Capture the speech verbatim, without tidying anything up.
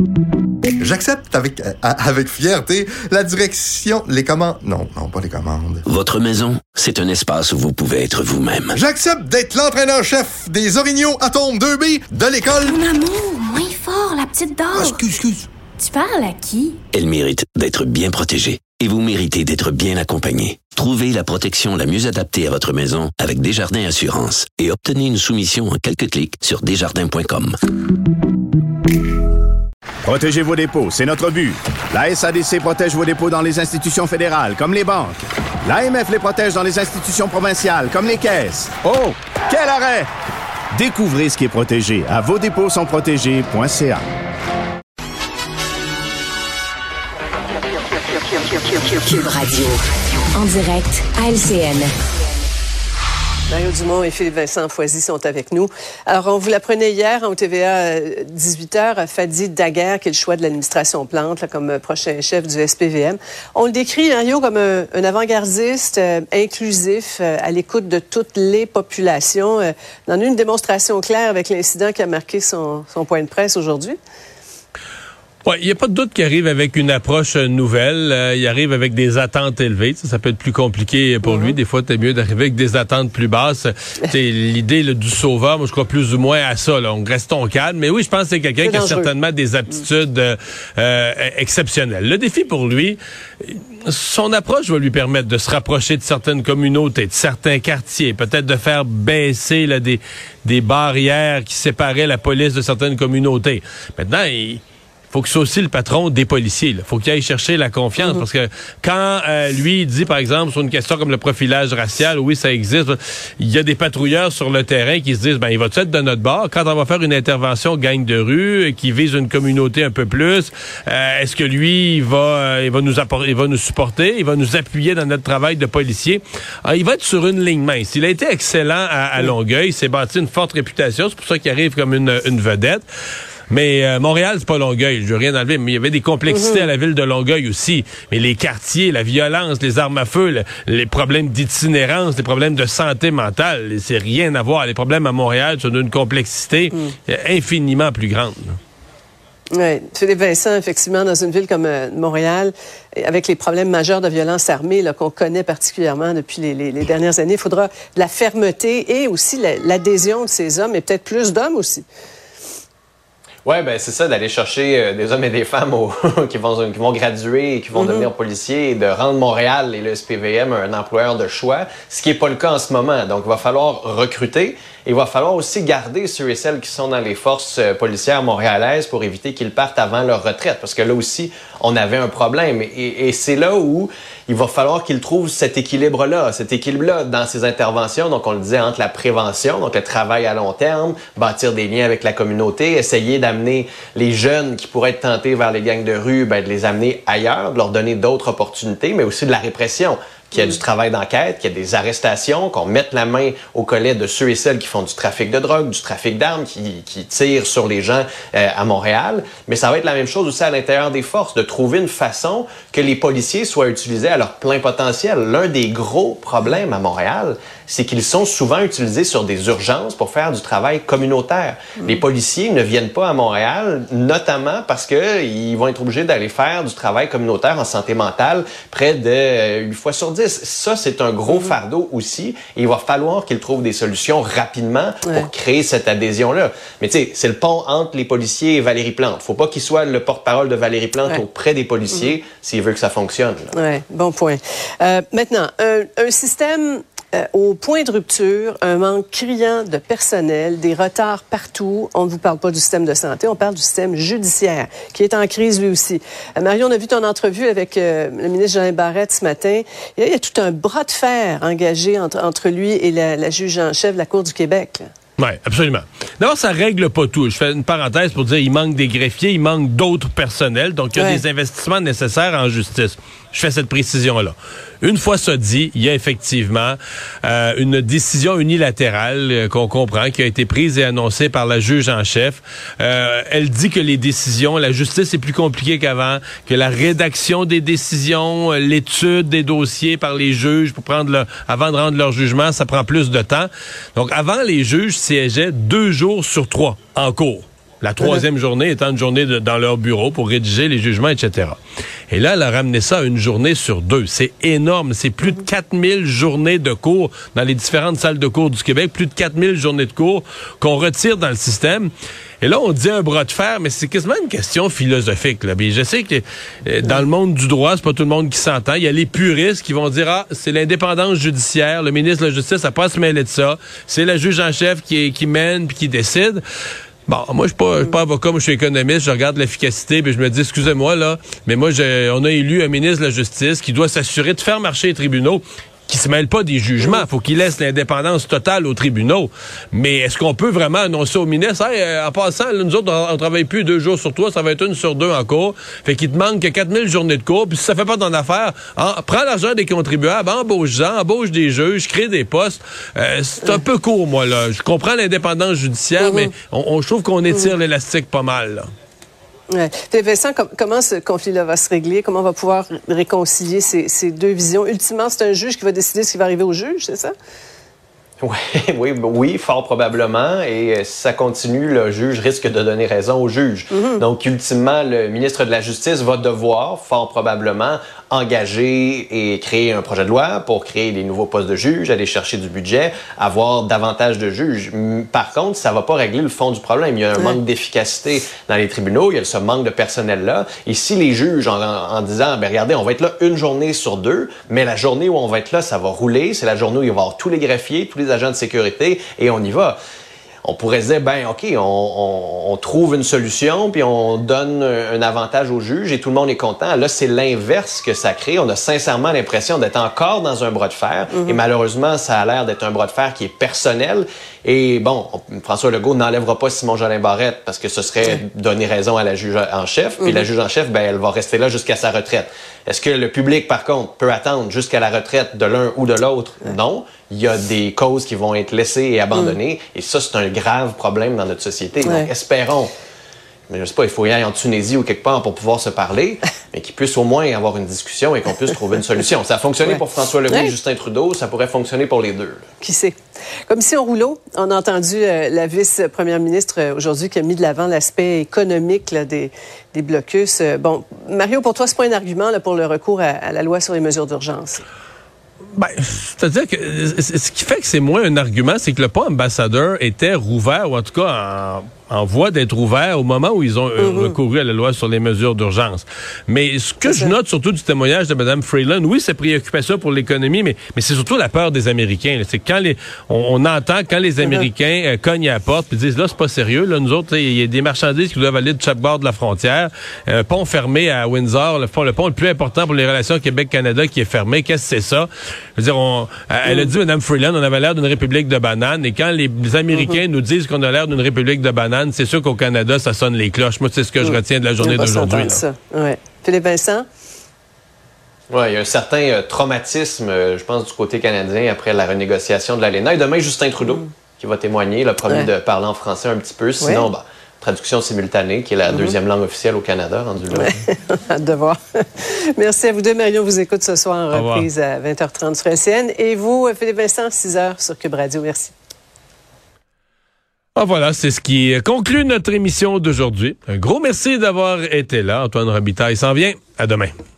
J'accepte avec, euh, avec fierté la direction, les commandes... Non, non, pas les commandes. Votre maison, c'est un espace où vous pouvez être vous-même. J'accepte d'être l'entraîneur-chef des Orignaux Atomes deux B de l'école... Mon amour, moins fort, la petite dame. Ah, excuse, excuse. Tu parles à qui? Elle mérite d'être bien protégée. Et vous méritez d'être bien accompagné. Trouvez la protection la mieux adaptée à votre maison avec Desjardins Assurance et obtenez une soumission en quelques clics sur desjardins point com. Protégez vos dépôts, c'est notre but. La S A D C protège vos dépôts dans les institutions fédérales, comme les banques. L'A M F les protège dans les institutions provinciales, comme les caisses. Oh, quel arrêt! Découvrez ce qui est protégé à vos dépôts sont protégés point c a. Cube Radio. En direct à L C N. Mario Dumont et Philippe Vincent Foisy sont avec nous. Alors, on vous l'apprenait hier en T V A dix-huit heures, Fadi Daguerre, qui est le choix de l'administration Plante là, comme prochain chef du S P V M. On le décrit, Mario, comme un, un avant-gardiste euh, inclusif, euh, à l'écoute de toutes les populations. Euh, on en a eu une démonstration claire avec l'incident qui a marqué son, son point de presse aujourd'hui. Ouais, il n'y a pas de doute qu'il arrive avec une approche nouvelle. Euh, il arrive avec des attentes élevées. Ça, ça peut être plus compliqué pour mm-hmm. lui. Des fois, c'est mieux d'arriver avec des attentes plus basses. C'est l'idée là, du sauveur, moi, je crois plus ou moins à ça. Là. On restons calme. Mais oui, je pense que c'est quelqu'un c'est qui dangereux. a certainement des aptitudes euh, euh, exceptionnelles. Le défi pour lui, son approche va lui permettre de se rapprocher de certaines communautés, de certains quartiers, peut-être de faire baisser là, des, des barrières qui séparaient la police de certaines communautés. Maintenant, il... faut que ce soit aussi le patron des policiers. Il faut qu'il aille chercher la confiance. Mm-hmm. Parce que quand euh, lui il dit, par exemple, sur une question comme le profilage racial, oui, ça existe, il y a des patrouilleurs sur le terrain qui se disent, ben, il va-tu être de notre bord? Quand on va faire une intervention gang de rue qui vise une communauté un peu plus, euh, est-ce que lui, il va, euh, il va nous apporter, il va nous supporter, il va nous appuyer dans notre travail de policier? Alors, il va être sur une ligne mince. Il a été excellent à, à Longueuil. Il s'est bâti une forte réputation. C'est pour ça qu'il arrive comme une, une vedette. Mais euh, Montréal, c'est pas Longueuil, je veux rien enlever, mais il y avait des complexités mm-hmm. à la ville de Longueuil aussi. Mais les quartiers, la violence, les armes à feu, le, les problèmes d'itinérance, les problèmes de santé mentale, c'est rien à voir. Les problèmes à Montréal sont d'une complexité mm. infiniment plus grande. Oui, Philippe Vincent, effectivement, dans une ville comme euh, Montréal, avec les problèmes majeurs de violence armée là, qu'on connaît particulièrement depuis les, les, les dernières années, il faudra de la fermeté et aussi la, l'adhésion de ces hommes, et peut-être plus d'hommes aussi. Ouais, ben c'est ça, d'aller chercher euh, des hommes et des femmes au, qui vont qui vont graduer et qui vont mm-hmm. devenir policiers et de rendre Montréal et le S P V M un employeur de choix, ce qui est pas le cas en ce moment. Donc, il va falloir recruter et il va falloir aussi garder ceux et celles qui sont dans les forces euh, policières montréalaises pour éviter qu'ils partent avant leur retraite. Parce que là aussi, on avait un problème et, et c'est là où il va falloir qu'ils trouvent cet équilibre-là, cet équilibre-là dans ces interventions. Donc, on le disait, entre la prévention, donc le travail à long terme, bâtir des liens avec la communauté, essayer d'amener les jeunes qui pourraient être tentés vers les gangs de rue, ben, de les amener ailleurs, de leur donner d'autres opportunités, mais aussi de la répression. Qu'il y a du travail d'enquête, qu'il y a des arrestations, qu'on mette la main au collet de ceux et celles qui font du trafic de drogue, du trafic d'armes, qui, qui tirent sur les gens euh, à Montréal. Mais ça va être la même chose aussi à l'intérieur des forces, de trouver une façon que les policiers soient utilisés à leur plein potentiel. L'un des gros problèmes à Montréal, c'est qu'ils sont souvent utilisés sur des urgences pour faire du travail communautaire. Mmh. Les policiers ne viennent pas à Montréal, notamment parce que ils vont être obligés d'aller faire du travail communautaire en santé mentale près de huit fois sur dix. Ça, c'est un gros mmh. fardeau aussi. Et il va falloir qu'ils trouvent des solutions rapidement pour ouais. créer cette adhésion-là. Mais tu sais, c'est le pont entre les policiers et Valérie Plante. Faut pas qu'il soit le porte-parole de Valérie Plante ouais. auprès des policiers mmh. s'il veut que ça fonctionne. Oui, bon point. Euh, maintenant, un, un système... Euh, au point de rupture, un manque criant de personnel, des retards partout. On ne vous parle pas du système de santé, on parle du système judiciaire, qui est en crise lui aussi. Euh, Mario, on a vu ton entrevue avec euh, le ministre Jean Barrette ce matin. Il y, a, il y a tout un bras de fer engagé entre, entre lui et la, la juge en chef de la Cour du Québec, là. Oui, absolument. D'abord, ça règle pas tout. Je fais une parenthèse pour dire qu'il manque des greffiers, il manque d'autres personnels, donc il y a ouais. des investissements nécessaires en justice. Je fais cette précision-là. Une fois ça dit, il y a effectivement euh, une décision unilatérale euh, qu'on comprend, qui a été prise et annoncée par la juge en chef. Euh, elle dit que les décisions, la justice est plus compliquée qu'avant, que la rédaction des décisions, l'étude des dossiers par les juges pour prendre le, avant de rendre leur jugement, ça prend plus de temps. Donc, avant, les juges siégeaient deux jours sur trois en cours. La troisième journée étant une journée de, dans leur bureau pour rédiger les jugements, et cetera. Et là, elle a ramené ça à une journée sur deux. C'est énorme. C'est plus de quatre mille journées de cours dans les différentes salles de cours du Québec. Plus de quatre mille journées de cours qu'on retire dans le système. Et là, on dit un bras de fer, mais c'est quasiment une question philosophique, là. Puis je sais que euh, dans le monde du droit, c'est pas tout le monde qui s'entend. Il y a les puristes qui vont dire, ah, c'est l'indépendance judiciaire. Le ministre de la Justice n'a pas à se mêler de ça. C'est la juge en chef qui, qui mène puis qui décide. Bon, moi, je suis pas, pas avocat, moi, je suis économiste, je regarde l'efficacité, puis je me dis, excusez-moi, là, mais moi, j'ai, on a élu un ministre de la Justice qui doit s'assurer de faire marcher les tribunaux, qui se mêle pas des jugements. Faut qu'il laisse l'indépendance totale aux tribunaux. Mais est-ce qu'on peut vraiment annoncer au ministre, hey, euh, en passant, là, nous autres, on, on travaille plus deux jours sur trois, ça va être une sur deux en cours. Fait qu'il te manque que quatre mille journées de cours, puis si ça fait pas ton affaire, en, prends l'argent des contribuables, embauche-en, embauche des juges, crée des postes. Euh, c'est un peu court, moi, là. Je comprends l'indépendance judiciaire, mm-hmm. mais on, on, je trouve qu'on étire mm-hmm. l'élastique pas mal, là. Ouais. Vincent, com- comment ce conflit-là va se régler? Comment on va pouvoir réconcilier ces, ces deux visions? Ultimement, c'est un juge qui va décider ce qui va arriver au juge, c'est ça? Oui, oui, oui, fort probablement. Et si ça continue, le juge risque de donner raison au juge. Mm-hmm. Donc, ultimement, le ministre de la Justice va devoir, fort probablement, engager et créer un projet de loi pour créer des nouveaux postes de juges, aller chercher du budget, avoir davantage de juges. Par contre, ça va pas régler le fond du problème. Il y a un ouais. manque d'efficacité dans les tribunaux, il y a ce manque de personnel-là. Et si les juges, en, en disant, ben regardez, on va être là une journée sur deux, mais la journée où on va être là, ça va rouler, c'est la journée où il va y avoir tous les greffiers, tous les agents de sécurité, et on y va. On pourrait se dire, ben OK, on, on, on trouve une solution, puis on donne un, un avantage au juge et tout le monde est content. Là, c'est l'inverse que ça crée. On a sincèrement l'impression d'être encore dans un bras de fer. Mm-hmm. Et malheureusement, ça a l'air d'être un bras de fer qui est personnel. Et bon, on, François Legault n'enlèvera pas Simon-Jolin Barrette parce que ce serait donner raison à la juge en chef. Puis mm-hmm. la juge en chef, ben elle va rester là jusqu'à sa retraite. Est-ce que le public, par contre, peut attendre jusqu'à la retraite de l'un ou de l'autre? Ouais. Non. Il y a des causes qui vont être laissées et abandonnées. Mm. Et ça, c'est un grave problème dans notre société. Ouais. Donc, espérons, mais je sais pas, il faut y aller en Tunisie ou quelque part pour pouvoir se parler, mais qu'ils puissent au moins avoir une discussion et qu'on puisse trouver une solution. Ça a fonctionné ouais. pour François Legault ouais. et Justin Trudeau, ça pourrait fonctionner pour les deux. Qui sait? Comme si on rouleau, on a entendu euh, la vice-première ministre euh, aujourd'hui qui a mis de l'avant l'aspect économique là, des, des blocus. Euh, bon, Mario, pour toi, c'est pas un argument là, pour le recours à, à la loi sur les mesures d'urgence? Ben, c'est-à-dire que ce qui fait que c'est moins un argument, c'est que le pont ambassadeur était rouvert, ou en tout cas en, en voie d'être ouvert au moment où ils ont euh, mm-hmm. recouru à la loi sur les mesures d'urgence. Mais ce que c'est je ça. note surtout du témoignage de Mme Freeland, oui, c'est préoccupation pour l'économie, mais, mais c'est surtout la peur des Américains. Là. C'est quand les, on, on entend quand les Américains mm-hmm. euh, cognent à la porte puis disent, là, c'est pas sérieux. Là, nous autres, il y a des marchandises qui doivent aller de chaque bord de la frontière. Un pont fermé à Windsor, le pont, le pont le plus important pour les relations Québec-Canada qui est fermé. Qu'est-ce que c'est ça? Je veux dire, on, elle a dit, Mme Freeland, on avait l'air d'une république de bananes. Et quand les, les Américains mm-hmm. nous disent qu'on a l'air d'une république de bananes, c'est sûr qu'au Canada, ça sonne les cloches. Moi, c'est ce que je retiens de la journée d'aujourd'hui. Ouais. Philippe Vincent? Oui, il y a un certain euh, traumatisme, euh, je pense, du côté canadien après la renégociation de l'A L E N A. Et demain, Justin Trudeau, mm. qui va témoigner, le premier ouais. de parler en français un petit peu. Sinon, ouais. bah, traduction simultanée, qui est la mm-hmm. deuxième langue officielle au Canada, rendu là. Ouais. Hâte de voir. Merci à vous deux. Marion vous écoute ce soir en reprise à vingt heures trente sur L C N. Et vous, Philippe Vincent, six heures sur Cube Radio. Merci. Ah, voilà, c'est ce qui conclut notre émission d'aujourd'hui. Un gros merci d'avoir été là. Antoine Robitaille s'en vient. À demain.